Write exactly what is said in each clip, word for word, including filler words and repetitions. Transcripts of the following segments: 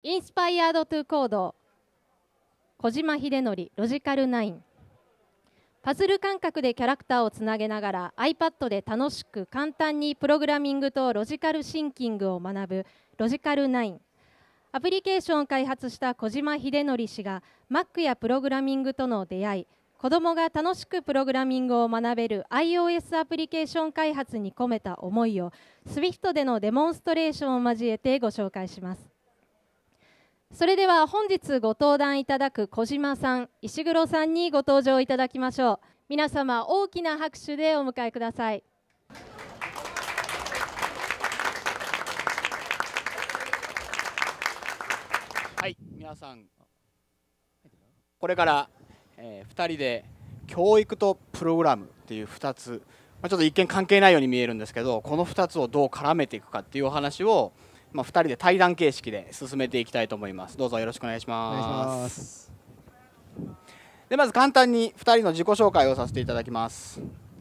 インスパイアードトゥコード小島秀則ロジカルナイン。パズル感覚でキャラクターをつなげながら iPad で楽しく簡単にプログラミングとロジカルシンキングを学ぶロジカルナイン。アプリケーションを開発した小島秀則氏が Mac やプログラミングとの出会い、子どもが楽しくプログラミングを学べる iOS アプリケーション開発に込めた思いを Swift でのデモンストレーションを交えてご紹介します。それでは本日ご登壇いただく小島さん、石黒さんにご登場いただきましょう。皆様大きな拍手でお迎えください。 はい、皆さんこれから、えー、ふたりで教育とプログラムっていうふたつ、まあ、ちょっと一見関係ないように見えるんですけど、このふたつをどう絡めていくかっていうお話を、まあ、ふたりで対談形式で進めていきたいと思います。どうぞよろしくお願いします。お願いします。でまず簡単にふたりの自己紹介をさせていただきます。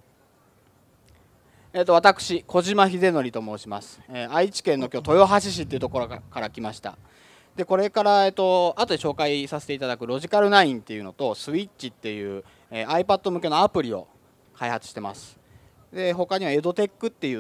えー、と私小島秀則と申します。えー、愛知県の今日豊橋市っていうところから来ました。でこれから、えっと後で紹介させていただくロジカルナインっていうのとスイッチっていう、えー、iPad 向けのアプリを開発してます。で他にはエドテックって言って、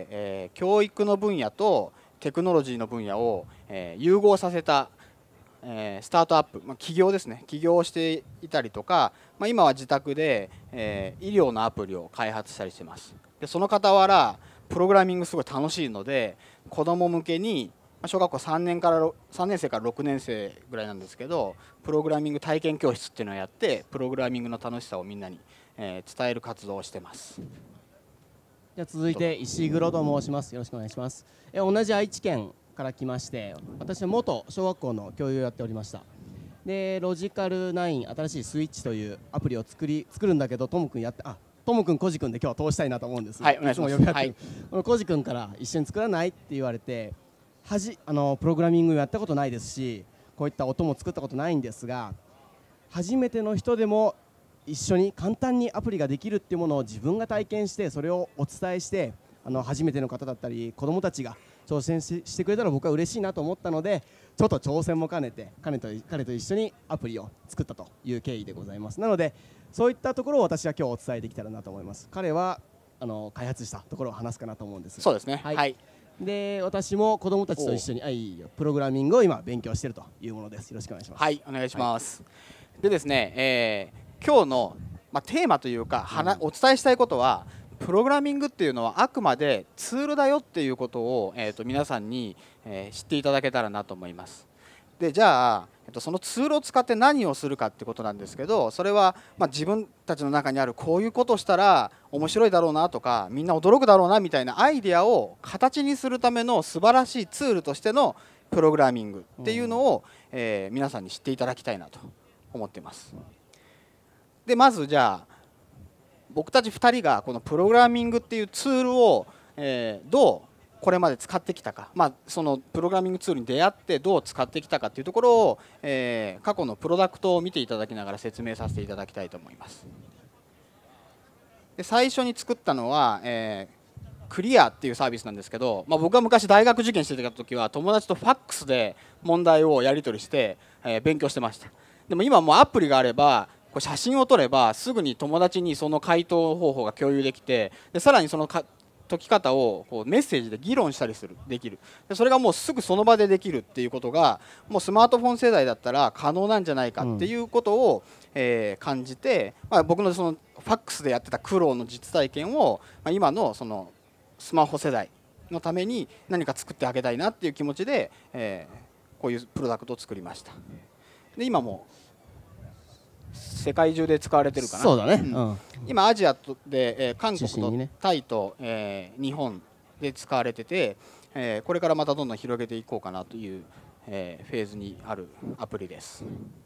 えー、教育の分野とテクノロジーの分野を、えー、融合させた、えー、スタートアップ、まあ、起業ですね。起業をしていたりとか、まあ、今は自宅で、えー、医療のアプリを開発したりしてます。でその傍らプログラミングすごい楽しいので子ども向けに小学校さんねんからさんねん生からろくねん生ぐらいなんですけど、プログラミング体験教室っていうのをやってプログラミングの楽しさをみんなに、えー、伝える活動をしてます。 じゃ続いて石黒と申します。よろしくお願いします。え同じ愛知県から来まして、私は元小学校の教諭をやっておりました。でロジカルナイン新しいスイッチというアプリを作り作るんだけど、トム君やってあトム君コジ君で今日は通したいなと思うんです。 はいお願いします。いはい、 このコジ君から一緒に作らないって言われて、はじあのプログラミングやったことないですし、こういった音も作ったことないんですが、初めての人でも一緒に簡単にアプリができるっていうものを自分が体験して、それをお伝えして、あの初めての方だったり子どもたちが挑戦ししてくれたら僕は嬉しいなと思ったので、ちょっと挑戦も兼ねて彼と彼と一緒にアプリを作ったという経緯でございます。なのでそういったところを私は今日お伝えできたらなと思います。彼はあの開発したところを話すかなと思うんです。 そうですね。はい、はい、 で私も子どもたちと一緒にあいいプログラミングを今勉強しているというものです。よろしくお願いします。 はいお願いします。はい、でですね、えー、今日の、まあ、テーマというか、うん、お伝えしたいことは、プログラミングっていうのはあくまでツールだよっていうことを、えー、と皆さんに、えー、知っていただけたらなと思います。でじゃあ、えっと、そのツールを使って何をするかってことなんですけど、それは、まあ、自分たちの中にあるこういうことをしたら面白いだろうなとか、みんな驚くだろうなみたいなアイデアを形にするための素晴らしいツールとしてのプログラミングっていうのを、えー、皆さんに知っていただきたいなと思っています。でまずじゃあ僕たちふたりがこのプログラミングっていうツールを、えー、どうこれまで使ってきたか、まあ、そのプログラミングツールに出会ってどう使ってきたかっていうところを、えー、過去のプロダクトを見ていただきながら説明させていただきたいと思います。で最初に作ったのは、えー、クリアっていうサービスなんですけど、まあ、僕が昔大学受験してた時は友達とファックスで問題をやり取りして、えー、勉強してました。でも今もうアプリがあればこれ写真を撮ればすぐに友達にその回答方法が共有できて、でさらにそのか解き方をこうメッセージで議論したりするできる。でそれがもうすぐその場でできるっていうことがもうスマートフォン世代だったら可能なんじゃないかっていうことを、えー、感じて、まあ、僕のそのファックスでやってた苦労の実体験を、まあ、今のそのスマホ世代のために何か作ってあげたいなっていう気持ちで、えー、こういうプロダクトを作りました。で今も世界中で使われてるかな。 そうだね、 うん、今アジアで、えー、韓国とタイと、えー、日本で使われてて、えー、これからまたどんどん広げていこうかなという、えー、フェーズにあるアプリです。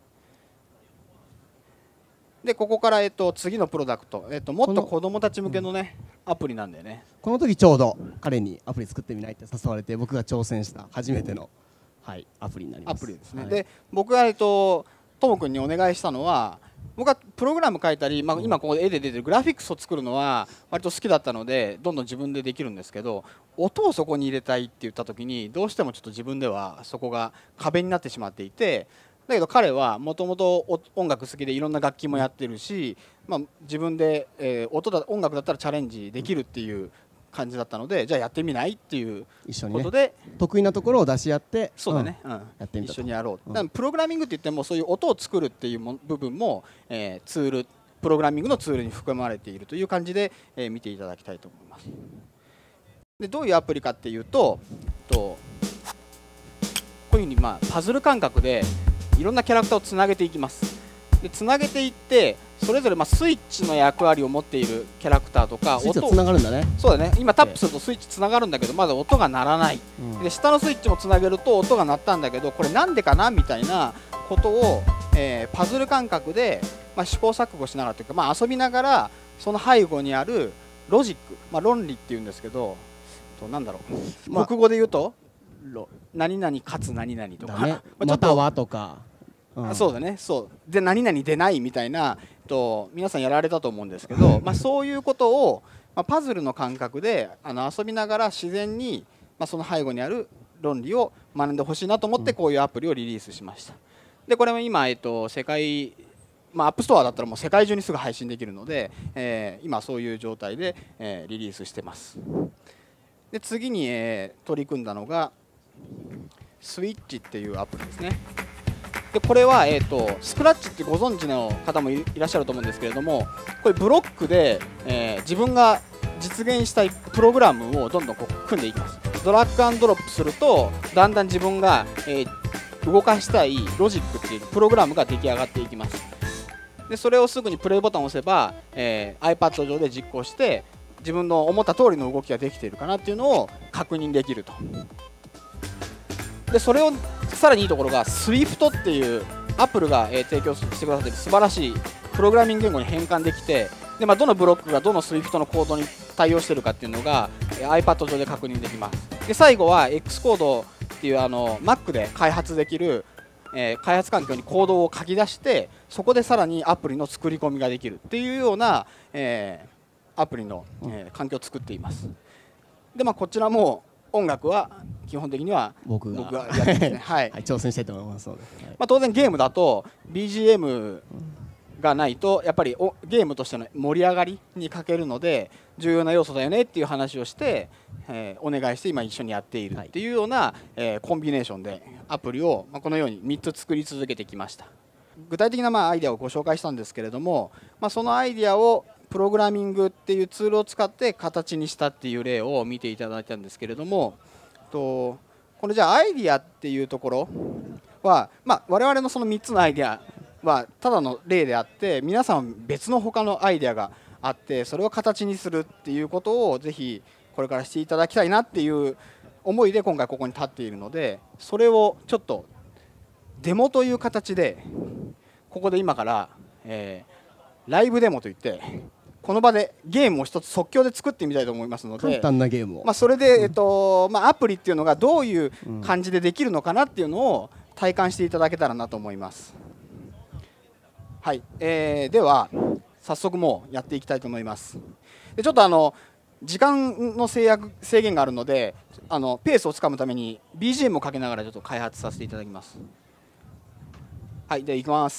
でここから、えー、と次のプロダクト、えー、ともっと子どもたち向けの、ね、うん、アプリなんでね。 この時ちょうど彼にアプリ作ってみないって誘われて僕が挑戦した初めての、はい、アプリになります。 アプリですね。 はい、 で僕が、えー、とともくんにお願いしたのは、僕はプログラム書いたり、まあ、今ここで絵で出てるグラフィックスを作るのは割と好きだったのでどんどん自分でできるんですけど、 音をそこに入れたいって言った時にどうしてもちょっと自分ではそこが壁になってしまっていて、だけど彼はもともと音楽好きでいろんな楽器もやってるし、まあ、自分で、えー、音だ音楽だったらチャレンジできるっていう感じだったので、じゃあやってみないっていうことで、 ね、得意なところを出し合って、 そうだね、うん、やってみた一緒にやろう、うん、だからプログラミングって言ってもそういう音を作るっていうも部分も、えー、ツールプログラミングのツールに含まれているという感じで、えー、見ていただきたいと思います。でどういうアプリかっていうと、とこういうふうに、まあ、パズル感覚でいろんなキャラクターをつなげていきます。でつなげていってそれぞれまあスイッチの役割を持っているキャラクターとか、 スイッチがつながるんだね。 そうだね、今タップするとスイッチつながるんだけどまだ音が鳴らない、うん、で下のスイッチもつなげると音が鳴ったんだけどこれなんでかなみたいなことを、えー、パズル感覚で、まあ、試行錯誤しながらというか、まあ、遊びながらその背後にあるロジック、まあ、論理っていうんですけど、となんだろう、まあ、国語で言うと何々かつ何々とか、ね、 またはとか、 うん、そうだね、そうで何々でないみたいなと皆さんやられたと思うんですけど、まあ、そういうことを、まあ、パズルの感覚であの遊びながら自然に、まあ、その背後にある論理を学んでほしいなと思ってこういうアプリをリリースしました。でこれも今、えっと、世界まあ、アップストアだったらもう世界中にすぐ配信できるので、えー、今そういう状態で、えー、リリースしてます。で次に、えー、取り組んだのがスイッチっていうアプリですね。でこれは、えーと、スクラッチってご存知の方も い, いらっしゃると思うんですけれども、これブロックで、えー、自分が実現したいプログラムをどんどんこう組んでいきます。ドラッグアンドロップするとだんだん自分が、えー、動かしたいロジックっていうプログラムが出来上がっていきます。でそれをすぐにプレイボタンを押せば、えー、iPad 上で実行して自分の思った通りの動きができているかなっていうのを確認できると。でそれをさらにいいところが Swift っていうアップルが、えー、提供してくださっている素晴らしいプログラミング言語に変換できて、で、まあ、どのブロックがどの Swift のコードに対応しているかっていうのが、えー、iPad 上で確認できます。で最後は X コードっていうあの Mac で開発できるえー、開発環境にコードを書き出してそこでさらにアプリの作り込みができるっていうような、えー、アプリの、えー、環境を作っています。で、まあ、こちらも音楽は基本的には僕がやってますね、はいはい、 挑戦したいと思いますので、はい、 まあ、当然ゲームだと ビージーエム がないとやっぱりおゲームとしての盛り上がりに欠けるので重要な要素だよねっていう話をして、えー、お願いして今一緒にやっているっていうような、はい、えー、コンビネーションでアプリを、まあ、このようにみっつ作り続けてきました。具体的なまあアイデアをご紹介したんですけれども、まあ、そのアイデアをプログラミングっていうツールを使って形にしたっていう例を見ていただいたんですけれども、とこれじゃあアイデアっていうところは、まあ、我々のそのみっつのアイデアはただの例であって皆さん別の他のアイデアがあってそれを形にするっていうことをぜひこれからしていただきたいなっていう思いで今回ここに立っているので、それをちょっとデモという形でここで今から、えー、ライブデモといってこの場でゲームを一つ即興で作ってみたいと思いますので、 簡単なゲームを、 まあ、それで、えっとまあ、アプリっていうのがどういう感じでできるのかなっていうのを体感していただけたらなと思います。はい、えー、では早速もうやっていきたいと思います。でちょっとあの時間の制約制限があるのであのペースをつかむために ビージーエム をかけながらちょっと開発させていただきます。はい、ではいきます。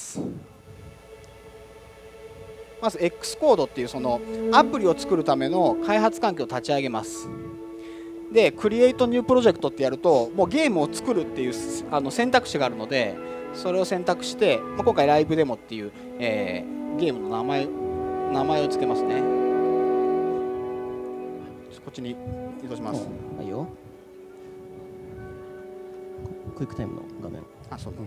まず X コードっていうそのアプリを作るための開発環境を立ち上げます。で Create New Project ってやるともうゲームを作るっていうあの選択肢があるのでそれを選択して、まあ、今回ライブデモっていう、えー、ゲームの名前名前をつけますね。こっちに移動します。 はいよ。クイックタイムの画面。 あ、そうだ。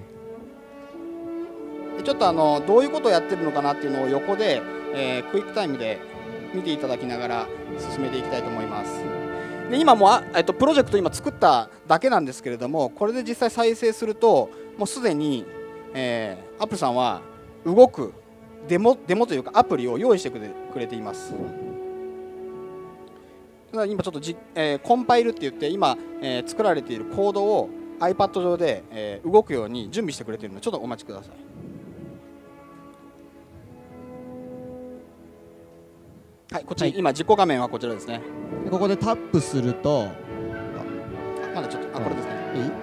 でちょっとあのどういうことをやってるのかなっていうのを横で、えー、クイックタイムで見ていただきながら進めていきたいと思います。で今もあ、えっと、プロジェクト今作っただけなんですけれどもこれで実際再生するともうすでに、えー、アップルさんは動くデモ、デモというかアプリを用意してくれ、くれています。ただ今ちょっとじ、えー、コンパイルって言って今、えー、作られているコードを iPad 上で、えー、動くように準備してくれているのでちょっとお待ちください。 はい、こっち、 はい今実行画面はこちらですね。 でここでタップすると、 まだちょっと、あ、これですね。 いい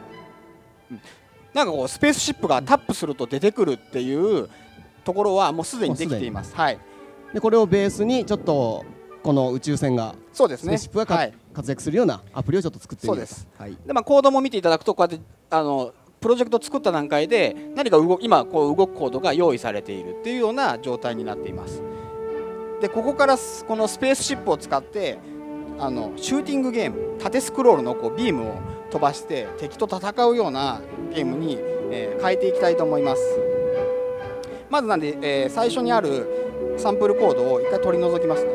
なんかこうスペースシップがタップすると出てくるっていうところはもうすでにできています。はい。 でこれをベースにちょっとこの宇宙船がそうですね。 スペースシップがか、 はい、 活躍するようなアプリをちょっと作ってみると。 そうです。 はい。 でまあコードも見ていただくとこうやってあのプロジェクトを作った段階で何か動今こう動くコードが用意されているっていうような状態になっています。でここからこのスペースシップを使ってあのシューティングゲーム、縦スクロールのこうビームを飛ばして敵と戦うようなゲームに、えー変えていきたいと思います。まずなんで、えー最初にあるサンプルコードを一回取り除きますね。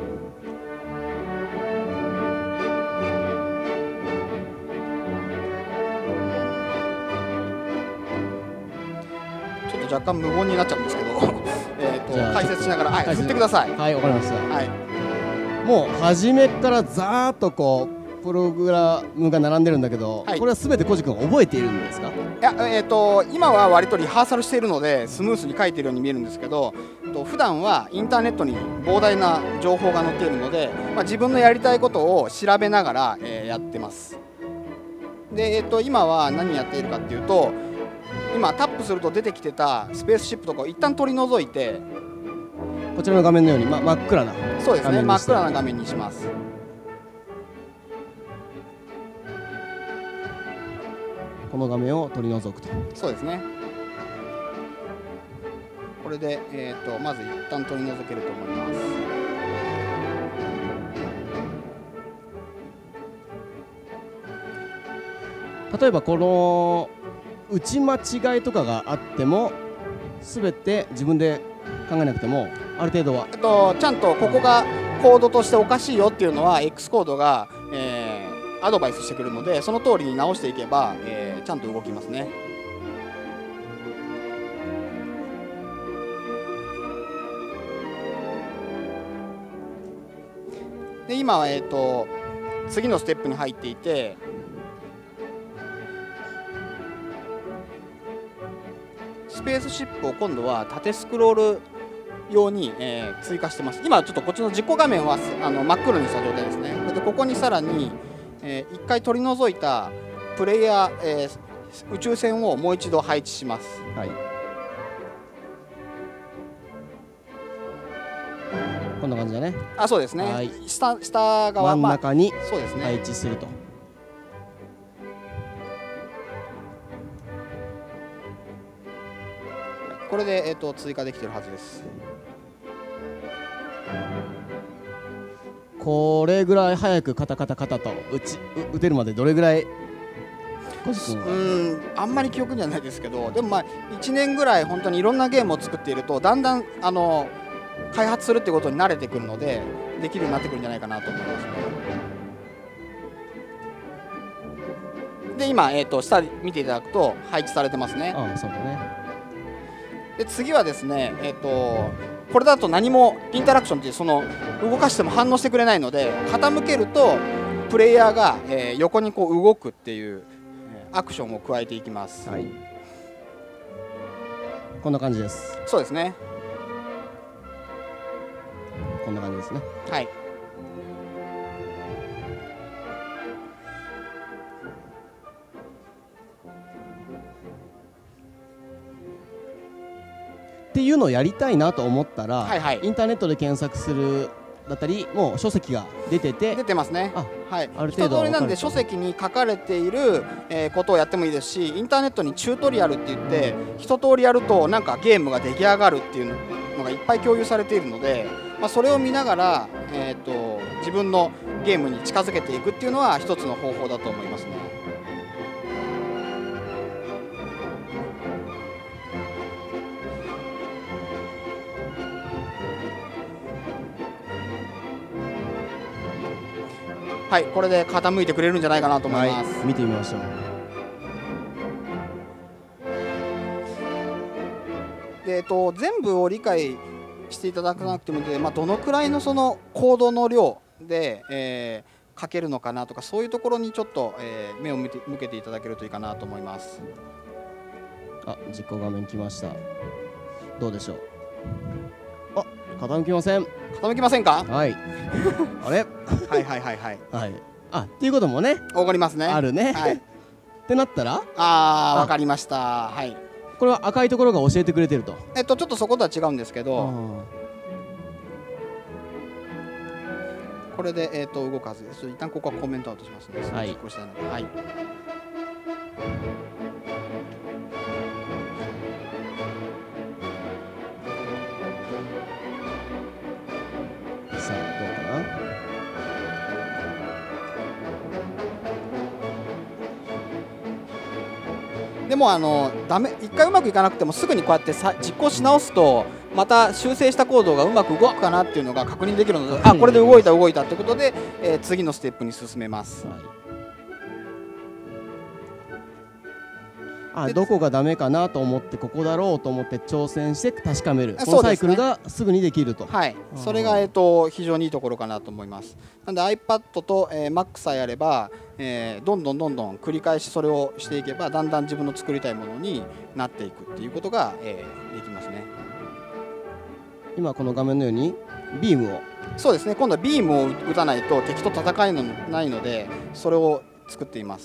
ちょっと若干無言になっちゃうんですけどえーとじゃあ解説しながら、はい、 解説振ってください。 はい、わかりました。 はいもう初めからざーっとこうプログラムが並んでるんだけど、 はいこれはすべてコジ君が覚えているんですか？ いや、えー、と今は割とリハーサルしているのでスムースに書いているように見えるんですけど、えっと普段はインターネットに膨大な情報が載っているので、まあ、自分のやりたいことを調べながら、えーやってます。で、えー、と今は何やっているかっていうと、今タップすると出てきてたスペースシップとかを一旦取り除いて、 こちらの画面のように、ま、真っ暗なそうですね、 画面にして真っ暗な画面にします。 この画面を取り除くと。 そうですね。これで、えー、とまず一旦取り除けると思います。 例えばこの打ち間違いとかがあってもすべて自分で考えなくてもある程度はえっと、ちゃんとここがコードとしておかしいよっていうのは X コードが、えーアドバイスしてくるので、その通りに直していけば、えーちゃんと動きますね。で今は、えー、と次のステップに入っていて、スペースシップを今度は縦スクロール用に、えー追加してます。今ちょっとこっちの実行画面はあの真っ黒にした状態ですね。でここにさらに、えー、いっかい取り除いたプレイヤー、えー宇宙船をもう一度配置します。 はい、こんな感じだね。 あ、そうですね。 はい下下側、 真ん中にまあ、そうですね。 配置すると。 これで、えー、と追加できてるはずです。 これぐらい早くカタカタカタと打ちう打てるまでどれぐらいコジ君は？ うんあんまり記憶にはないですけど、でもまあいちねんぐらい本当にいろんなゲームを作っているとだんだんあの開発するってことに慣れてくるのでできるようになってくるんじゃないかなと思いますね。で今、えー、と下見ていただくと配置されてますね。 ああ、そうだね。 で次はですね、えー、とこれだと何もインタラクションっていうその動かしても反応してくれないので、傾けるとプレイヤーが、えー横にこう動くっていうえーアクションを加えていきます。 はい、こんな感じです。 そうですね。 こんな感じですね。 はい。 っていうのをやりたいなと思ったら、 はいはいインターネットで検索するだったりもう書籍が出てて出てますね。 あはい、 ある程度一通りなんで分かる書籍に書かれている、えーことをやってもいいですし、インターネットにチュートリアルって言って一通りやるとなんかゲームが出来上がるっていうのがいっぱい共有されているので、まあ、それを見ながら、えー、と自分のゲームに近づけていくっていうのは一つの方法だと思いますね。はい、これで傾いてくれるんじゃないかなと思います。 はい、見てみましょう。 でえっと、全部を理解していただかなくてもいいので、まあ、どのくらいのそのコードの量で、えー、書けるのかなとか、そういうところにちょっと、えー目を向け向けていただけるといいかなと思います。 あ、実行画面来ました。どうでしょう。 あ、傾きません。 傾きませんか？ はいあれはいはいはいはい。 はい。あ、っていうこともねわかりますね。 あるね、 はい。 ってなったら、 ああ、わかりました。はい。 これは赤いところが教えてくれてると。 えっとちょっとそことは違うんですけど、これでえっと動かずです。一旦ここはコメントアウトしますね。 はい。 実行したいので、はい。 さあどうかな。 でもあのダメ、一回うまくいかなくてもすぐにこうやってさ実行し直すと、また修正したコードがうまく動くかなっていうのが確認できるので、あ、これで動いた動いたってことで、えー、次のステップに進めます。はい、 あ、どこがダメかなと思ってここだろうと思って挑戦して確かめる、このサイクルがすぐにできると。 はい、それが、えー、と非常にいいところかなと思います。なので iPad と、えー、Mac さえあれば、えー、どんどんどんどん繰り返しそれをしていけばだんだん自分の作りたいものになっていくっていうことが、えー、できますね。 今この画面のようにビームを、 そうですね、今度はビームを打たないと敵と戦えないのでそれを作っています。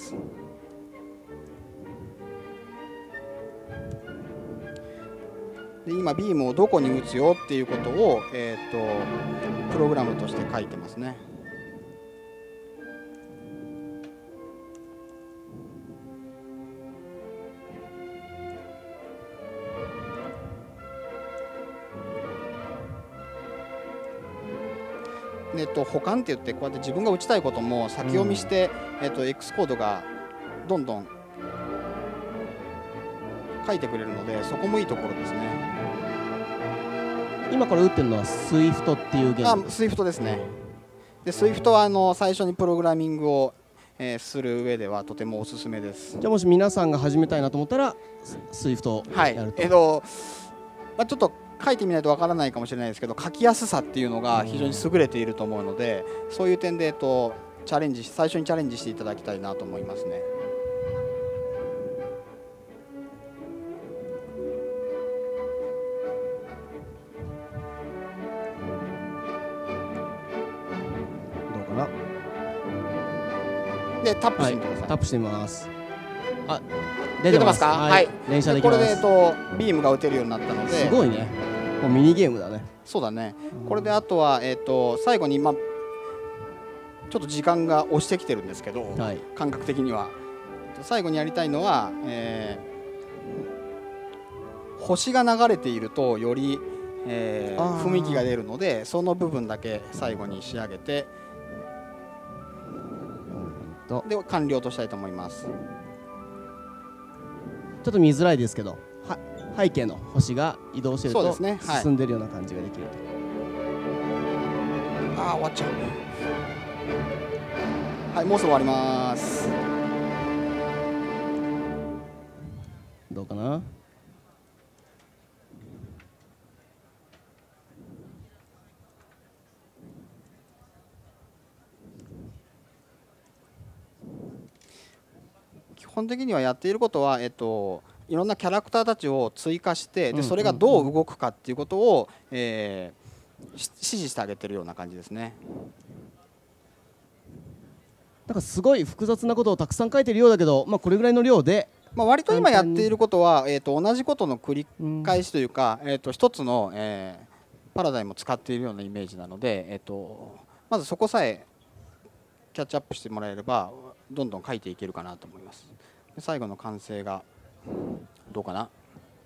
で今ビームをどこに打つよっていうことを、えー、とプログラムとして書いてますね。えっと、補完って言ってこうやって自分が打ちたいことも先読みして、うん、えっと X コードがどんどん書いてくれるのでそこもいいところですね。 今これ打ってるのは Swift っていうゲーム。 あ、Swift ですね。で Swift はあの最初にプログラミングを、えー、する上ではとてもおすすめです。 じゃあもし皆さんが始めたいなと思ったら Swift をやると。 はい、えっとまあ、ちょっと書いてみないとわからないかもしれないですけど書きやすさっていうのが非常に優れていると思うので、そういう点で、えっと、チャレンジ最初にチャレンジしていただきたいなと思いますね。 どうかな。 でタップしてみてください。 はい、タップしてみます。あ、 出てますか？はい、はい、 連射できます。 これで、えっと、ビームが打てるようになったので、 すごいね。もうミニゲームだね。 そうだね。これであとは、えっと、最後に、ま、ちょっと時間が押してきてるんですけど、はい、感覚的には最後にやりたいのは、えー、星が流れているとより、えー、雰囲気が出るのでその部分だけ最後に仕上げてで完了としたいと思います。 ちょっと見づらいですけど、は背景の星が移動してると進んでるような感じができると。 ああ、終わっちゃう。はい、もうすぐ終わります。 どうかな。 基本的にはやっていることは、えっと、いろんなキャラクターたちを追加してでそれがどう動くかっていうことを、えー、指示してあげてるような感じですね。 なんかすごい複雑なことをたくさん書いてるようだけど、まあ、これぐらいの量で、 まあ、割と今やっていることは、えー、と同じことの繰り返しというか、うん、えー、と一つの、えー、パラダイムを使っているようなイメージなので、えー、とまずそこさえキャッチアップしてもらえればどんどん書いていけるかなと思います。で最後の完成がどうかな。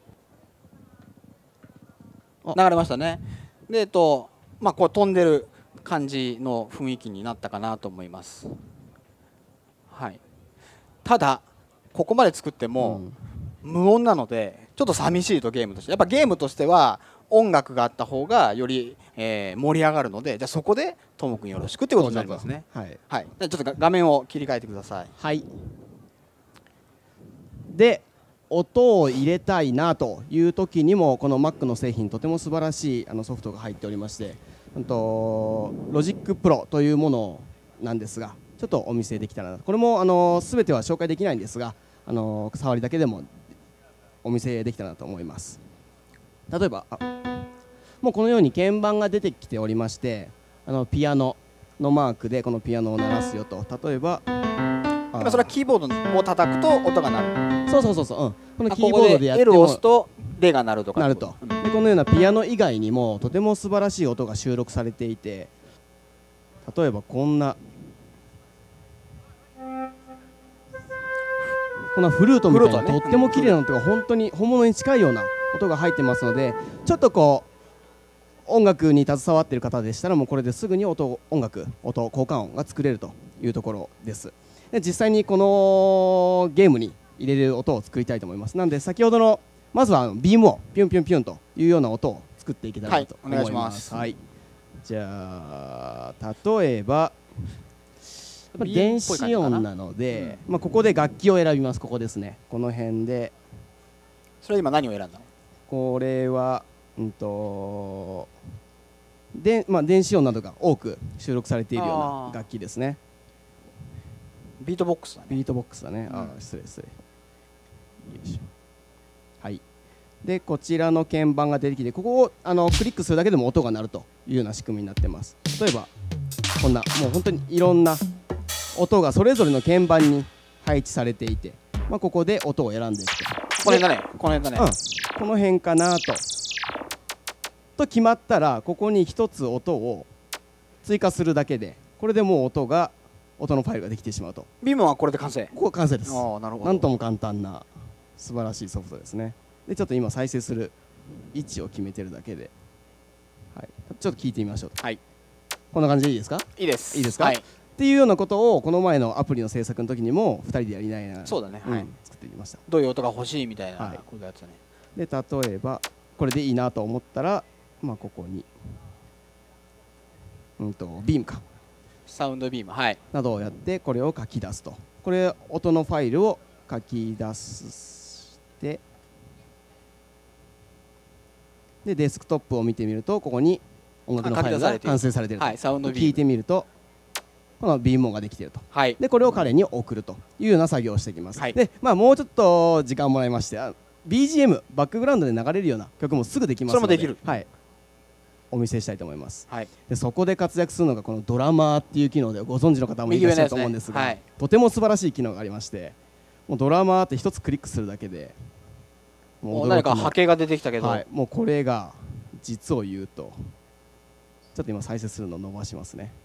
流れましたね。で、えっとまあ、こう飛んでる感じの雰囲気になったかなと思います。はい、ただここまで作っても無音なのでちょっと寂しいとゲームとしてやっぱゲームとしては音楽があった方がより、えー、盛り上がるのでじゃあそこでともくんよろしくってことになりますね。はい、はい、じゃあちょっと画面を切り替えてください。 はい。で音を入れたいなという時にもこの Mac の製品とても素晴らしいあのソフトが入っておりまして、とロジックプロというものなんですがちょっとお見せできたらなと。これもあの全ては紹介できないんですがあの触りだけでもお見せできたらなと思います。例えばあもうこのように鍵盤が出てきておりまして、あのピアノのマークでこのピアノを鳴らすよと。例えばまあそれはキーボードを叩くと音が鳴る。 そうそうそうそう、うん、このあキーボードでやってここで L をも押すとレが鳴るとかなると。 うんでこのようなピアノ以外にもとても素晴らしい音が収録されていて、例えばこんなこんなフルートみたいな、 フルートねとっても綺麗な音が本当に本物に近いような音が入ってますので、ちょっとこう音楽に携わっている方でしたらもうこれですぐに音音楽音交換音が作れるというところです。で実際にこのゲームに入れる音を作りたいと思います。なので先ほどのまずはビームをピュンピュンピュンというような音を作っていけたらなと思います。 はいお願いしますはい、じゃあ例えばまあビーム電っぽい感じかな子音なので、まあ、ここで楽器を選びます。ここですね、この辺でそれは今何を選んだの？ これはうんとで、まあ、電子音などが多く収録されているような楽器ですね。 ビートボックスだね。 ビートボックスだね。 うんあー失礼失礼。よいしょ。はい。でこちらの鍵盤が出てきて、ここをあのクリックするだけでも音が鳴るというような仕組みになってます。例えばこんなもう本当にいろんな音がそれぞれの鍵盤に配置されていて、まあ、ここで音を選んでいくと。 この辺だね。この辺だね。 うん、この辺かなと。と決まったらここに一つ音を追加するだけで、これでもう音が音のファイルができてしまうと。 ビームはこれで完成。 ここ完成です。 ああなるほど。 なんとも簡単な素晴らしいソフトですね。でちょっと今再生する位置を決めてるだけで、はい、ちょっと聞いてみましょう。 はい。 こんな感じでいいですか？ いいです。 いいですか？ はい。 っていうようなことをこの前のアプリの制作の時にもふたりでやりながらそうだね。 うんはい。 作っていきました。 どういう音が欲しいみたいなはいことやつだね。 で例えばこれでいいなと思ったら、まあ、ここにうんとビームかサウンドビームはい。 などをやってこれを書き出すと。これ音のファイルを書き出してでデスクトップを見てみるとここに音楽のファイルが完成されていると。 はいサウンドビーム。 聞いてみるとこのビーム音ができていると。 はい。 でこれを彼に送るというような作業をしていきます。 はいでまあもうちょっと時間をもらいまして、あ ビージーエム バックグラウンドで流れるような曲もすぐできますので、 それもできるはい、お見せしたいと思います。 はい。 でそこで活躍するのがこのドラマーっていう機能でご存知の方もいらっしゃると思うんですが、 右上のやつねはいとても素晴らしい機能がありまして、もうドラマーって一つクリックするだけでもう何か波形が出てきたけど。 はい、もうこれが実を言うとちょっと今再生するのを伸ばしますね。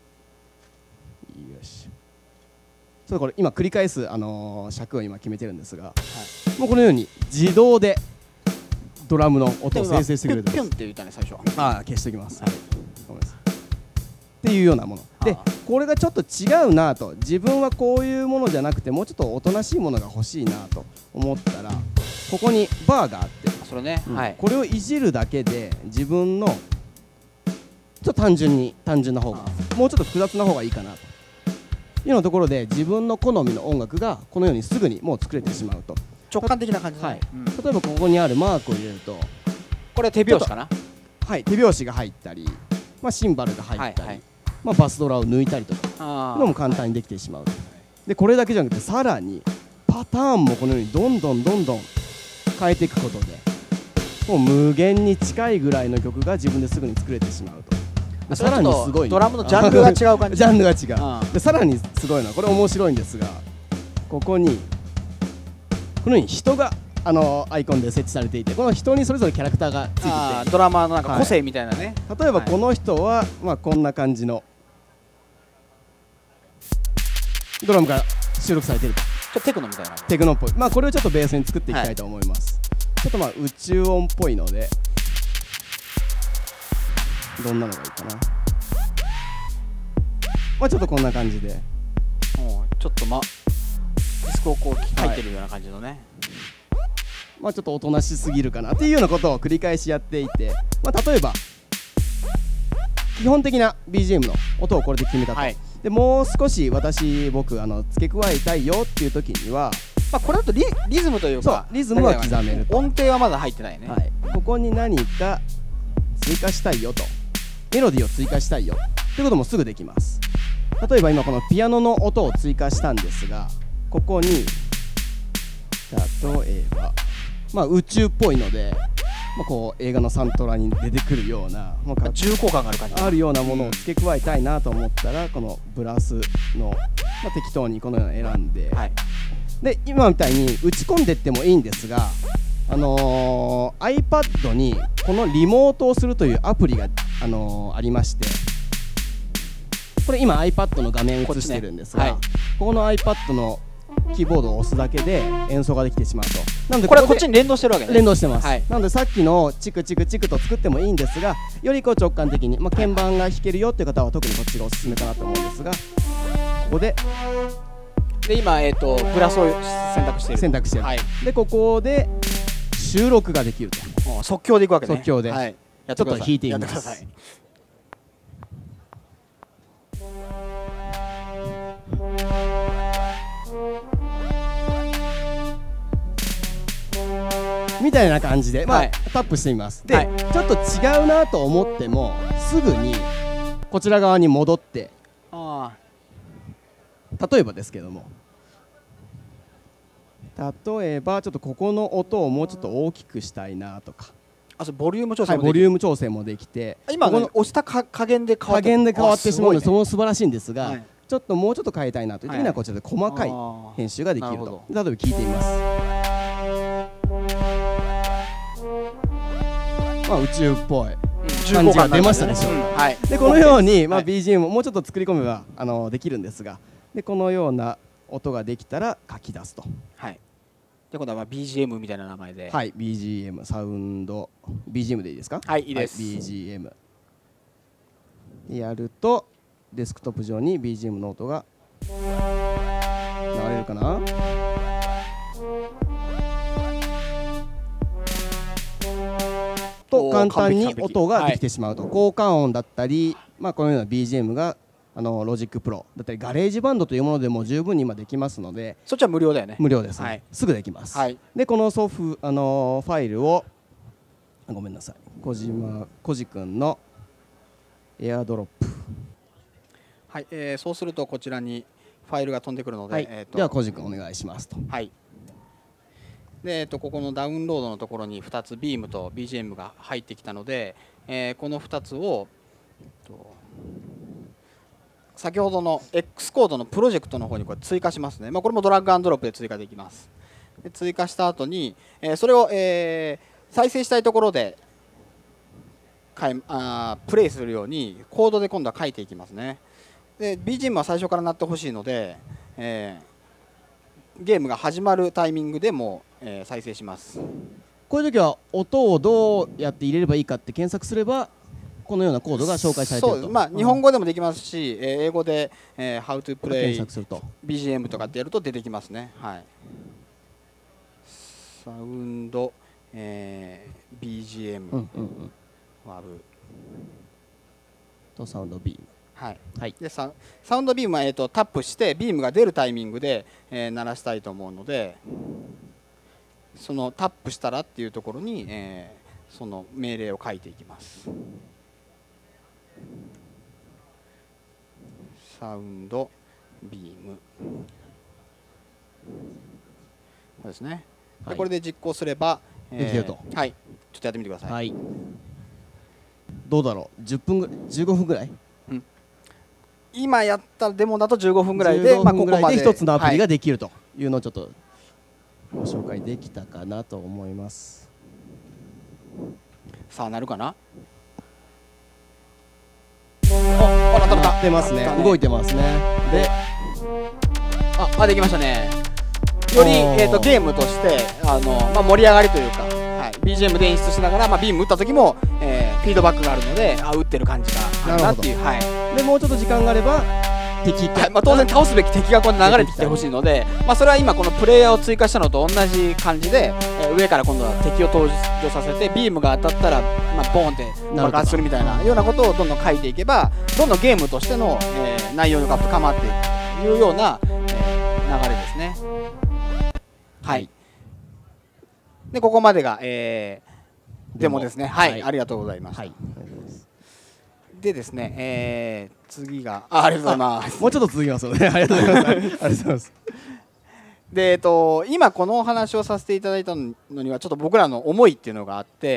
よし。ちょっとこれ今繰り返す、あのー尺を今決めてるんですが、もうこのように自動でドラムの音を生成してくれるんです。 ピュンって言ったね最初は。 ああ消しておきます。 はいごめんなさいっていうようなもので、これがちょっと違うなと、自分はこういうものじゃなくてもうちょっとおとなしいものが欲しいなと思ったら、ここにバーがあって、 それね。 うんはい。 これをいじるだけで自分のちょっと単純に単純な方がもうちょっと複雑な方がいいかなというようなところで、自分の好みの音楽がこのようにすぐにもう作れてしまうと。 直感的な感じだはいね。うん例えばここにあるマークを入れると、 これ手拍子かな。 はい、手拍子が入ったり、まあ、シンバルが入ったり、 はいはいまあ、バスドラを抜いたりとかあのも簡単にできてしまうと。でこれだけじゃなくてさらにパターンもこのようにどんどんどんどん変えていくことで、もう無限に近いぐらいの曲が自分ですぐに作れてしまうと。でさらにすごいドラムのジャンルが違う感じ。 ジャンルが違うう。でさらにすごいのはこれ面白いんですが、ここにこのように人があのアイコンで設置されていて、この人にそれぞれキャラクターがついていて、 あードラマーのなんか個性みたいなね。 例えばこの人は、まあ、こんな感じのドラムが収録されていると。 ちょっとテクノみたいな。 テクノっぽい、まあ、これをちょっとベースに作っていきたいと思います。ちょっとまあ宇宙音っぽいので、どんなのがいいかな。まあちょっとこんな感じで、 もうちょっとまディスクをこう書いてるような感じのね。 まあちょっとおとなしすぎるかなっていうようなことを繰り返しやっていて、まあ、例えば基本的な ビージーエム の音をこれで決めたと、 はい。 でもう少し私僕あの付け加えたいよっていう時には、 まあこれだとリリズムというそうかリズムは刻めると、 音程はまだ入ってないね。 はい、ここに何か追加したいよと、メロディーを追加したいよということもすぐできます。例えば今このピアノの音を追加したんですが、ここに例えば、まあ、宇宙っぽいので、 まあ、こう映画のサントラに出てくるような、まあ、 重厚感がある感じあるようなものを付け加えたいなと思ったら、このブラスの、まあ、適当にこのような選んで、 はい、 で今みたいに打ち込んでってもいいんですが、あのー、iPad にこのリモートをするというアプリが、あのー、ありまして、これ今 iPad の画面映してるんですが、こ, ねはい、ここの iPad のキーボードを押すだけで演奏ができてしまうと。なのでこ, これはこっちに連動してるわけね。 連動してます、はい、なのでさっきのチクチクチクと作ってもいいんですが、よりこう直感的に、まあ、鍵盤が弾けるよっていう方は特にこっちがおすすめかなと思うんですが、ここでで今、えー、とプラスを選択している選択している、はい、でここで収録ができると。 即興でいくわけね。 即興で、はい、 やちょっと弾いてみます。みたいな感じで、まあはい、タップしてみます。で、はい、ちょっと違うなと思ってもすぐにこちら側に戻って、あ例えばですけども、例えばちょっとここの音をもうちょっと大きくしたいなとか、 あそれボリューム調整もでき、 はい、ボリューム調整もできて、 今この押したか加減で変わって加減で変わってしまうので、その素晴らしいんですが、はい、ちょっともうちょっと変えたいなという時にはこちらで細かい編集ができると。例えば聞いてみます。まあ、宇宙っぽい感じが出ましたでしょう、うんはい、でこのように、まあ、ビージーエム をもうちょっと作り込めばあのできるんですが、でこのような音ができたら書き出すと。 はい、で今度はまあ ビージーエム みたいな名前で、 はい、ビージーエム サウンド ビージーエム でいいですか。 はい、いいです、 はい、ビージーエム やるとデスクトップ上に ビージーエム の音が流れるかな。と簡単に音ができてしまうと、はい、効果音だったり、まあ、このような ビージーエム があのロジックプロだったりガレージバンドというものでも十分に今できますので、 そっちは無料だよね。 無料です、ね、 はい、 すぐできます、はい、でこのソフあのファイルをごめんなさい小島小路くんのエアドロップ、 はい、えー、そうするとこちらにファイルが飛んでくるので、 はい、 えー、とでは小路くんお願いしますと。 はいでえー、とここのダウンロードのところにふたつ ビーム と ビージーエム が入ってきたので、えー、このふたつをと先ほどの X コードのプロジェクトの方にこれ追加しますね。まあ、これもドラッグアンドロップで追加できます。で追加した後に、えー、それを、えー、再生したいところでかいあプレイするようにコードで今度は書いていきますね。で ビージーエム は最初から鳴ってほしいので、えー、ゲームが始まるタイミングでもえー、再生します。 こういう時は音をどうやって入れればいいかって検索すればこのようなコードが紹介されていると。 そう、まあ、日本語でもできますし、うん、英語で、えー、How to play 検索するとビージーエム とかってやると出てきますね。はい、サウンド、えー、ビージーエム、 うんうんうん、 ワブとサウンドビーム、 はいはい、で サ, サウンドビームは、えー、とタップしてビームが出るタイミングで、えー、鳴らしたいと思うので、そのタップしたらっていうところに、えー、その命令を書いていきます。サウンドビーム、そうですね、はい、でこれで実行すれば、 えー、できると。 はい、ちょっとやってみてください。 はい、どうだろう、じゅっぷんぐじゅうごふんぐらい、 うん、今やったデモだとじゅうごふんぐらいで、 じゅうごふんぐらいで一つのアプリができるというのをちょっとご紹介できたかなと思います。 さあなるかな。 あ、あ、鳴ってますね。動いてますね。で、 あ、あできましたね。より、えー、とゲームとしてあの、まあ、盛り上がりというか、はい、ビージーエム で演出しながら、まあ、ビーム打った時も、えー、フィードバックがあるので、あ打ってる感じがあるなっていう。はい、 でもうちょっと時間があれば敵はい、まあ、当然倒すべき敵がこう流れてきてほしいので、まあ、それは今このプレイヤーを追加したのと同じ感じで、えー、上から今度は敵を登場させてビームが当たったら、まあ、ボーンって爆発するみたいなようなことをどんどん書いていけば、どんどんゲームとしての、えー、内容が深まっていくというような、えー、流れですね。はい、でここまでが、えー、デモですね。はい、はい、ありがとうございました。はい、でですね、えー、次が あ, ありがとうございます。 もうちょっと続きますよね。ありがとうございます。ありがとうございます。 で、えっと、今このお話をさせていただいたのにはちょっと僕らの思いっていうのがあって、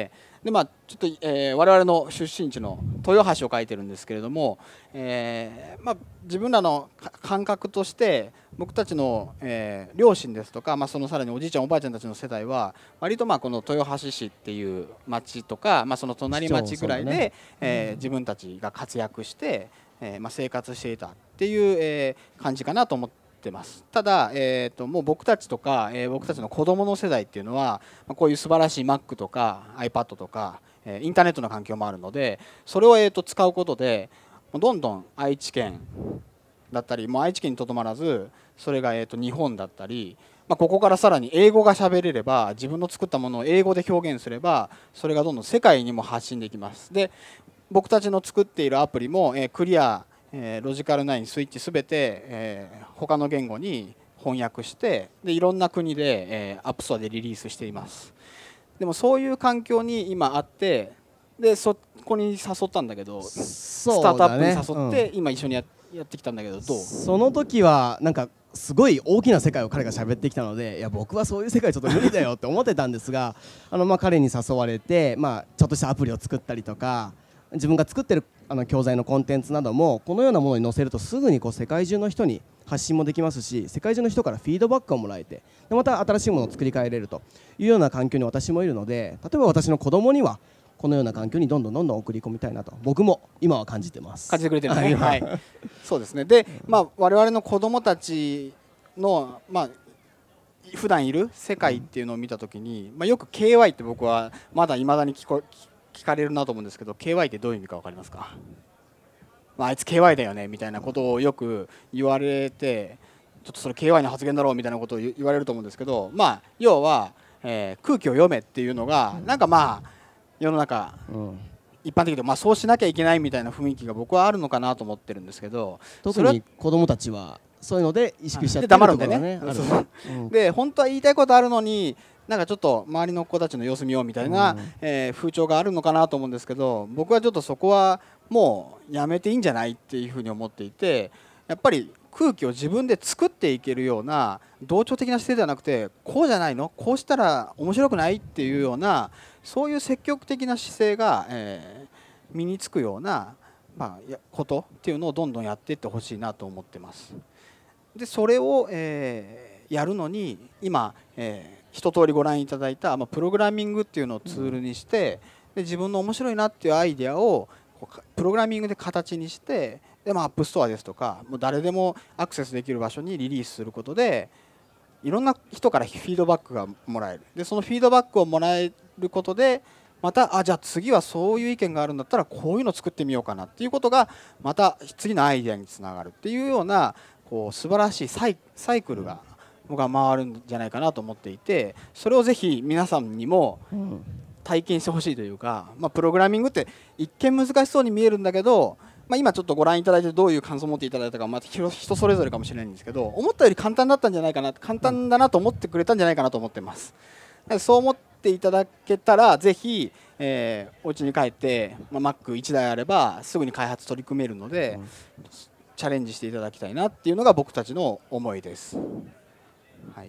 でまあ、ちょっと、えー、我々の出身地の豊橋を書いてるんですけれども、えーまあ、自分らの感覚として僕たちの、えー、両親ですとか、まあ、そのさらにおじいちゃんおばあちゃんたちの世代は割とまあこの豊橋市っていう町とか、まあ、その隣町ぐらいで、ねえー、自分たちが活躍して、えーまあ、生活していたっていう、えー、感じかなと思ってます。ただ、えー、ともう僕たちとか、えー、僕たちの子どもの世代っていうのは、まあ、こういう素晴らしい Mac とか iPad とか、えー、インターネットの環境もあるので、それを、えー、と使うことでどんどん愛知県だったり、もう愛知県にとどまらずそれが、えー、と日本だったり、まあ、ここからさらに英語が喋れれば、自分の作ったものを英語で表現すれば、それがどんどん世界にも発信できます。で僕たちの作っているアプリも、えー、クリアえー、ロジカルナインスイッチすべて、えー、他の言語に翻訳して、でいろんな国で、えー、アップストアでリリースしています。でもそういう環境に今あって、でそこに誘ったんだけど、スタートアップに誘って、うん、今一緒に や, やってきたんだけど、どう？ その時はなんかすごい大きな世界を彼が喋ってきたので、いや僕はそういう世界ちょっと無理だよって思ってたんですがあのまあ彼に誘われて、まあ、ちょっとしたアプリを作ったりとか、自分が作ってるあの教材のコンテンツなどもこのようなものに載せるとすぐにこう世界中の人に発信もできますし、世界中の人からフィードバックをもらえて、でまた新しいものを作り変えれるというような環境に私もいるので、例えば私の子供にはこのような環境にどんどんどんどん送り込みたいなと僕も今は感じてます。 感じてくれてるね、はい、そうですね。で、まあ、我々の子供たちの、まあ、普段いる世界っていうのを見たときに、まあ、よく ケーワイ って僕はまだいまだに聞こ聞かれるなと思うんですけど、 ケーワイ ってどういう意味か分かりますか？まあ、あいつ ケーワイ だよねみたいなことをよく言われて、ちょっとそれ ケーワイ の発言だろうみたいなことを言われると思うんですけど、まあ要は、えー、空気を読めっていうのがなんかまあ世の中、うん、一般的で、まあ、そうしなきゃいけないみたいな雰囲気が僕はあるのかなと思ってるんですけど、 特に子どもたちはそういうので意識しちゃってるところがね、ある。 で本当は言いたいことあるのになんかちょっと周りの子たちの様子見ようみたいな、うんえー、風潮があるのかなと思うんですけど、僕はちょっとそこはもうやめていいんじゃないっていうふうに思っていて、やっぱり空気を自分で作っていけるような同調的な姿勢ではなくて、こうじゃないの、こうしたら面白くないっていうような、そういう積極的な姿勢が、えー、身につくような、まあ、ことっていうのをどんどんやっていってほしいなと思ってます。でそれを、えー、やるのに今、えー、一通りご覧いただいた、まあ、プログラミングっていうのをツールにして、で自分の面白いなっていうアイデアをプログラミングで形にして、で、まあ、アップストアですとかもう誰でもアクセスできる場所にリリースすることで、いろんな人からフィードバックがもらえる。でそのフィードバックをもらえることで、またあじゃあ次はそういう意見があるんだったらこういうのを作ってみようかなっていうことがまた次のアイデアにつながるっていうような、こう素晴らしいサイ、サイクルが僕は回るんじゃないかなと思っていて、それをぜひ皆さんにも体験してほしいというか、まあ、プログラミングって一見難しそうに見えるんだけど、まあ、今ちょっとご覧いただいてどういう感想を持っていただいたかまた人それぞれかもしれないんですけど、思ったより簡単だったんじゃないかな、簡単だなと思ってくれたんじゃないかなと思ってます。そう思っていただけたらぜひ、えー、お家に帰って、まあ、Mac いちだいあればすぐに開発取り組めるので、うんチャレンジしていただきたいなっていうのが僕たちの思いです。はい、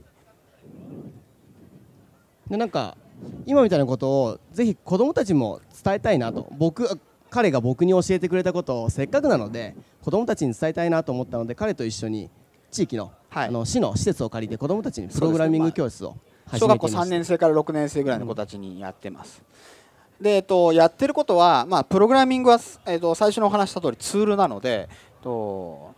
でなんか今みたいなことをぜひ子どもたちも伝えたいなと、僕彼が僕に教えてくれたことをせっかくなので子どもたちに伝えたいなと思ったので、彼と一緒に地域の、はい、あの市の施設を借りて子どもたちにプログラミング教室を始めていました。 小学校さんねんせいからろくねんせいぐらいの子たちにやってます。うんでえっと、やってることは、まあ、プログラミングは、えっと、最初にお話した通りツールなので、と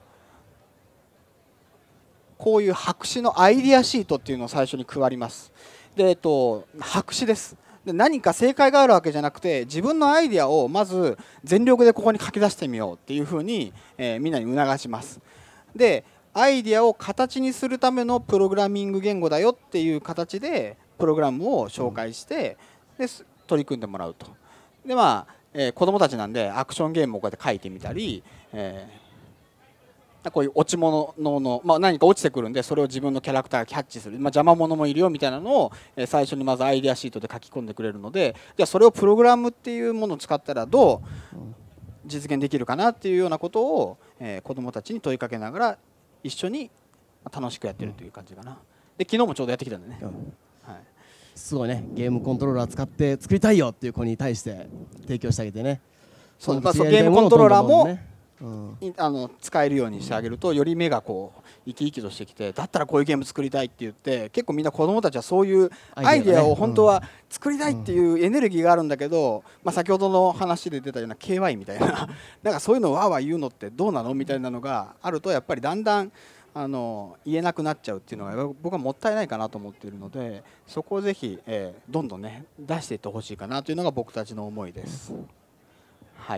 こういう白紙のアイディアシートっていうのを最初に配ります。で、えっと、白紙です。で何か正解があるわけじゃなくて、自分のアイディアをまず全力でここに書き出してみようっていうふうに、えー、みんなに促します。でアイディアを形にするためのプログラミング言語だよっていう形でプログラムを紹介して、で取り組んでもらうと。でまあ、えー、子どもたちなんでアクションゲームをこうやって書いてみたり、えーこういう落ち物の、まあ、何か落ちてくるんでそれを自分のキャラクターがキャッチする、まあ、邪魔者もいるよみたいなのを最初にまずアイデアシートで書き込んでくれるので、じゃあそれをプログラムっていうものを使ったらどう実現できるかなっていうようなことを、えー、子どもたちに問いかけながら一緒に楽しくやってるという感じかな。で昨日もちょうどやってきたんでね、はい、 すごいねゲームコントローラー使って作りたいよっていう子に対して提供してあげてね。 そうまあ、そうゲームコントローラーも、 ねうん、 あの使えるようにしてあげるとより目がこう生き生きとしてきて、だったらこういうゲーム作りたいって言って、結構みんな子どもたちはそういうアイデアを本当は作りたいっていうエネルギーがあるんだけど、まあ、先ほどの話で出たような ケーワイ みたいななんかそういうのをわーわー言うのってどうなのみたいなのがあると、やっぱりだんだんあの言えなくなっちゃうっていうのが僕はもったいないかなと思っているので、そこをぜひ、えー、どんどんね出していってほしいかなというのが僕たちの思いです。はい。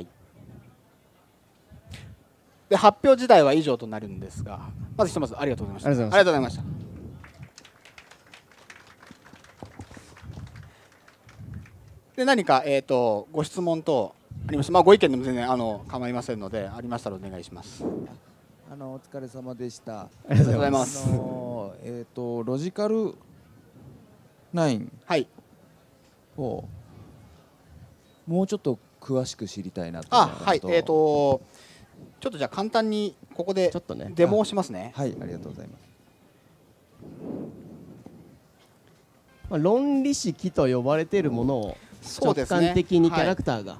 で発表自体は以上となるんですが、まずひとまずありがとうございました。ありがとうございました。で何か、えー、とご質問等ありました、まあ、ご意見でも全然あの構いませんので、ありましたらお願いします。 あのお疲れ様でした。 ありがとうございます。 あの、えー、とロジカルナインをもうちょっと詳しく知りたいなと思います。 あ、はい、えーとちょっとじゃあ簡単にここでデモをしますね。 はい、ありがとうございます。 まあ、論理式と呼ばれているものを直感的にキャラクターが、 はい、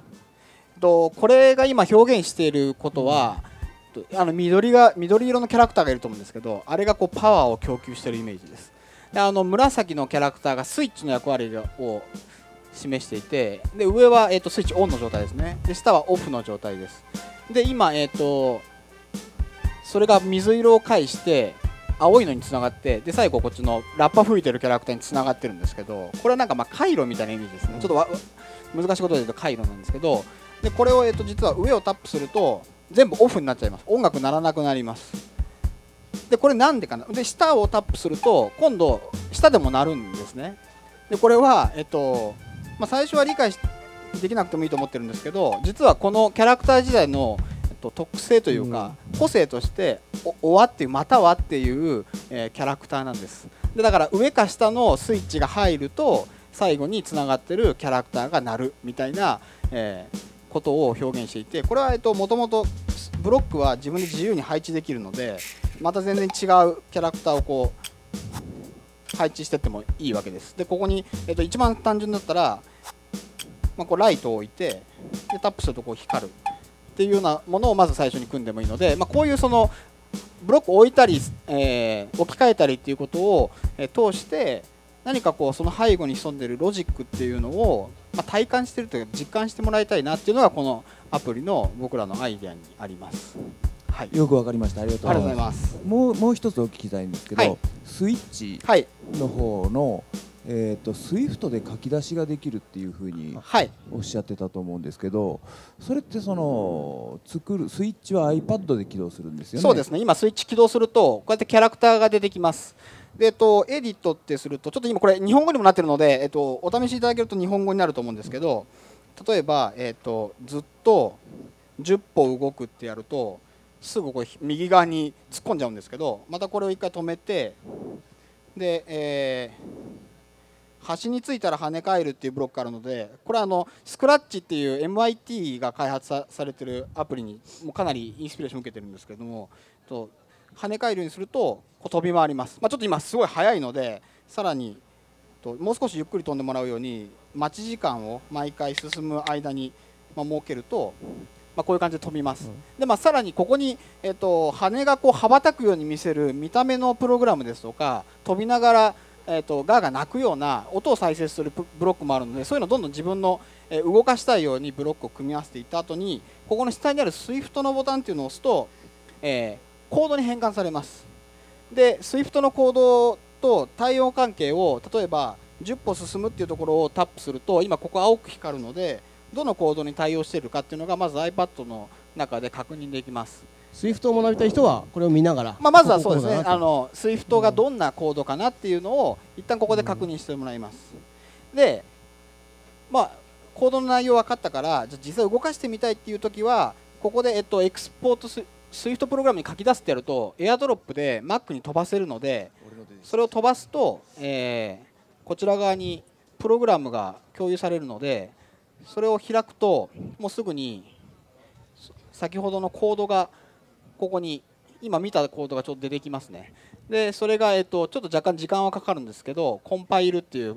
とこれが今表現していることは、うん、あの緑が緑色のキャラクターがいると思うんですけど、あれがこうパワーを供給しているイメージです。であの紫のキャラクターがスイッチの役割を示していて、で上は、えー、とスイッチオンの状態ですね。で下はオフの状態です。で今、えー、とそれが水色を介して青いのにつながって、で最後こっちのラッパ吹いてるキャラクターにつながってるんですけど、これはなんかまあ回路みたいなイメージですね。ちょっとわ難しいことで言うと回路なんですけど、でこれを、えー、と実は上をタップすると全部オフになっちゃいます。音楽鳴らなくなります。でこれなんでかな。で下をタップすると今度下でも鳴るんですね。でこれは、えっとまあ、最初は理解できなくてもいいと思ってるんですけど、実はこのキャラクター時代の、えっと、特性というか、うん、個性としておわっていうまたはっていう、えー、キャラクターなんです。でだから上か下のスイッチが入ると最後につながってるキャラクターが鳴るみたいな、えー、ことを表現していて、これはもともとブロックは自分で自由に配置できるので、また全然違うキャラクターをこう配置していってもいいわけです。でここに、えっと、一番単純だったら、まあ、こうライトを置いて、でタップするとこう光るっていうようなものをまず最初に組んでもいいので、まあ、こういうそのブロックを置いたり、えー、置き換えたりっていうことを、えー、通して何かこうその背後に潜んでいるロジックっていうのを、まあ、体感しているというか実感してもらいたいなっていうのがこのアプリの僕らのアイデアにあります。はい、 よくわかりました。ありがとうございます。もうもう一つお聞きしたいんですけど、はい、スイッチの方の、はいえー、とスイフトで書き出しができるっていうふうにおっしゃってたと思うんですけど、それってその作るスイッチは iPad で起動するんですよね。 そうですね。今スイッチ起動するとこうやってキャラクターが出てきます。で、えっと、エディットってするとちょっと今これ日本語にもなっているので、えっと、お試しいただけると日本語になると思うんですけど、例えば、えっと、ずっとじゅっぽ動くってやるとすぐこう右側に突っ込んじゃうんですけど、またこれを一回止めて、で、えー端についたら跳ね返るっていうブロックがあるので、これはあのスクラッチっていう エムアイティー が開発さされてるアプリにもかなりインスピレーションを受けてるんですけども、と跳ね返るようにするとこう飛び回ります。まあ、ちょっと今すごい速いのでさらにともう少しゆっくり飛んでもらうように待ち時間を毎回進む間に、まあ、設けると、まあ、こういう感じで飛びます。うん、でまあ、さらにここに、えっと、羽がこう羽ばたくように見せる見た目のプログラムですとか、飛びながらえー、とガーが鳴くような音を再生するブロックもあるので、そういうのをどんどん自分の、えー、動かしたいようにブロックを組み合わせていった後に、ここの下にある スイフト のボタンっていうのを押すと、えー、コードに変換されます。で スイフト のコードと対応関係を例えばじゅっぽ進むっていうところをタップすると、今ここ青く光るのでどのコードに対応しているかっていうのがまず iPad の中で確認できます。 スイフト を学びたい人はこれを見ながら、 まあ、まずはそうですね、あの スイフト がどんなコードかなっていうのを一旦ここで確認してもらいます。で、まあ、コードの内容分かったから、じゃあ実際動かしてみたいっていう時はここで、えっと、エクスポートスイフト プログラムに書き出すってやると AirDrop で Mac に飛ばせるので、それを飛ばすと、えー、こちら側にプログラムが共有されるので、それを開くともうすぐに先ほどのコードがここに今見たコードがちょっと出てきますね。でそれが、えっと、ちょっと若干時間はかかるんですけど、コンパイルっていう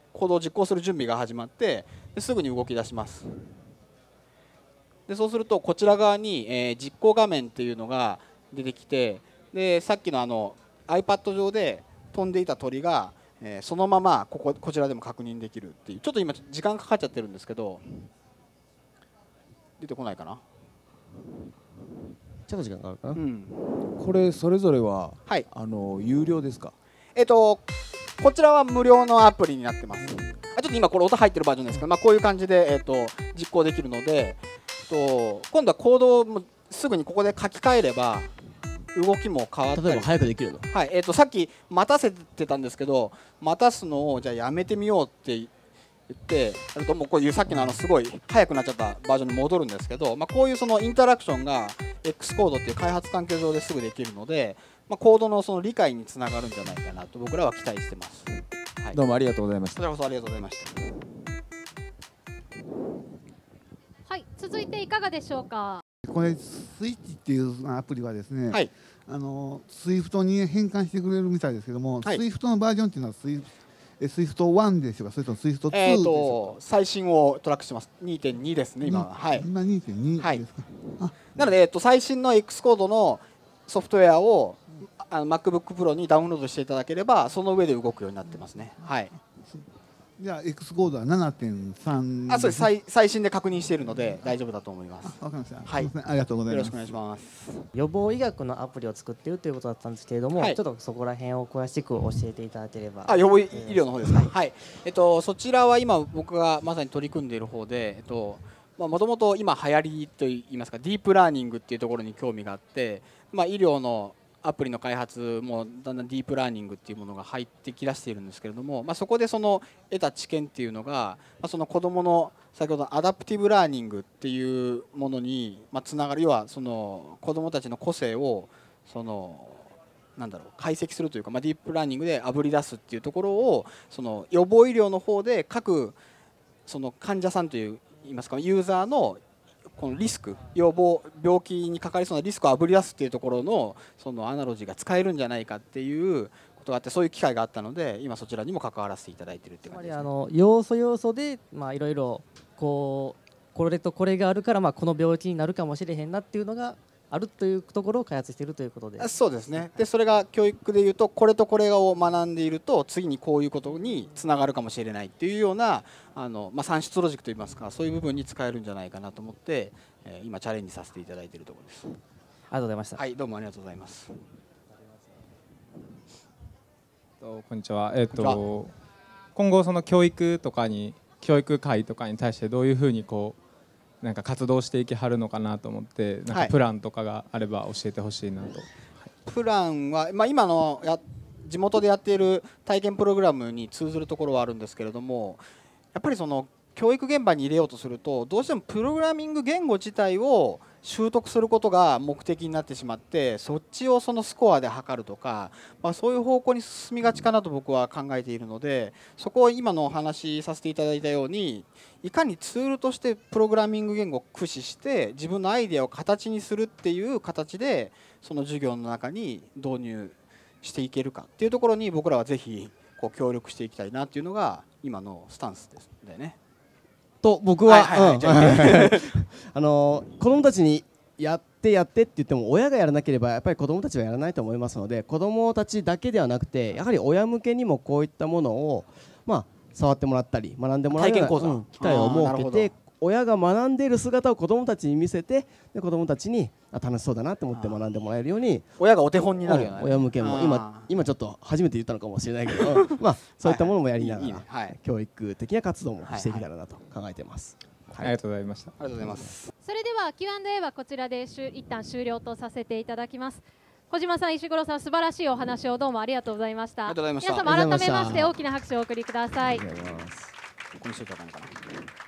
行動を実行する準備が始まってですぐに動き出します。でそうするとこちら側に、えー、実行画面っていうのが出てきて、でさっきのあの iPad 上で飛んでいた鳥が、えー、そのままこここちらでも確認できるっていう、ちょっと今時間かかっちゃってるんですけど出てこないかな。 ちょっと時間かかるかな、うん、 これそれぞれは、はい、あの有料ですか？ えっとこちらは無料のアプリになってます。あちょっと今これ音入ってるバージョンですけど、まあ、こういう感じで、えっと、実行できるので、と今度はコードをすぐにここで書き換えれば動きも変わったり、 例えば早くできるの、 はいえー、とさっき待たせてたんですけど、待たすのをじゃあやめてみようって言ってあともうこういうさっきのあのすごい早くなっちゃったバージョンに戻るんですけど、まあ、こういうそのインタラクションが X コードっていう開発環境上ですぐできるので、まあ、コードのその理解につながるんじゃないかなと僕らは期待してます。 はい、どうもありがとうございました。 こちらこそありがとうございました。 はい、続いていかがでしょうか。 これスイッチっていうアプリはですね、 はい、 あのスイフトに変換してくれるみたいですけども、はい、スイフトのバージョンっていうのはスイスイフトワンでしょうか、それともスイフトツーでしょうか。 最新をトラックしてます。にてんに ですね今は。はい、 今 にてんに ですか。はい、 なので、えっと、最新の X コードのソフトウェアをあの MacBook Pro にダウンロードしていただければその上で動くようになってますね。はい。 じゃあ X コードは ななてんさん、 あ、そうです。最最新で確認しているので大丈夫だと思います。 わかりました。 はい。 ありがとうございます。 よろしくお願いします。 予防医学のアプリを作っているということだったんですけれども、はい、ちょっとそこら辺を詳しく教えていただければ。 あ、予防医療の方ですか。はい。えっとそちらは今僕がまさに取り組んでいる方で、えっとまあもともと今流行りといいますかディープラーニングっていうところに興味があって、まあ医療のアプリの開発もだんだんディープラーニングっていうものが入ってきだしているんですけれども、まあ、そこでその得た知見っていうのが、まあ、その子どもの先ほどアダプティブラーニングっていうものにまあつながる、要はその子どもたちの個性をそのなんだろう解析するというか、まあ、ディープラーニングであぶり出すっていうところをその予防医療の方で各その患者さんといういいますかユーザーのこのリスク予防病気にかかりそうなリスクをあぶり出すっていうところのそのアナロジーが使えるんじゃないかっていうことがあって、そういう機会があったので今そちらにも関わらせていただいているっていう感じですね。 つまりあの要素要素でまあいろいろこうこれとこれがあるからまあこの病気になるかもしれへんなっていうのがあるというところを開発しているということで。 そうですね。でそれが教育でいうとこれとこれを学んでいると次にこういうことにつながるかもしれないっていうようなあの、まあ、算出ロジックといいますかそういう部分に使えるんじゃないかなと思って、えー、今チャレンジさせていただいているところです。ありがとうございました。 はい、どうもありがとうございます。 こんにちは。えっと今後その教育とかに教育会とかに対してどういうふうにこうなんか活動していきはるのかなと思って、なんかプランとかがあれば教えてほしいなと。はい、 プランは、まあ、今のや地元でやっている体験プログラムに通ずるところはあるんですけれども、やっぱりその教育現場に入れようとするとどうしてもプログラミング言語自体を習得することが目的になってしまって、そっちをそのスコアで測るとか、まあ、そういう方向に進みがちかなと僕は考えているので、そこを今のお話しさせていただいたようにいかにツールとしてプログラミング言語を駆使して自分のアイデアを形にするっていう形でその授業の中に導入していけるかっていうところに僕らはぜひこう協力していきたいなっていうのが今のスタンスですね。 と僕はあの子どもたちにやってやってって言っても親がやらなければやっぱり子どもたちはやらないと思いますので、子どもたちだけではなくてやはり親向けにもこういったものをまあ触ってもらったり学んでもらうような、うん、機会を設けて親が学んでいる姿を子どもたちに見せて、で子どもたちにあ楽しそうだなと思って学んでもらえるように親がお手本になるよね、 うん、親向けも今今ちょっと初めて言ったのかもしれないけどまあそういったものもやりながら、はい、教育的な活動もしていけたらなと考えています。 はい、ありがとうございました。 ありがとうございます。 それでは キューアンドエー はこちらで一旦終了とさせていただきます。小島さん、石黒さん、素晴らしいお話をどうもありがとうございました。 ありがとうございました。 皆様改めまして大きな拍手をお送りください。 ここにしといたらいいかな。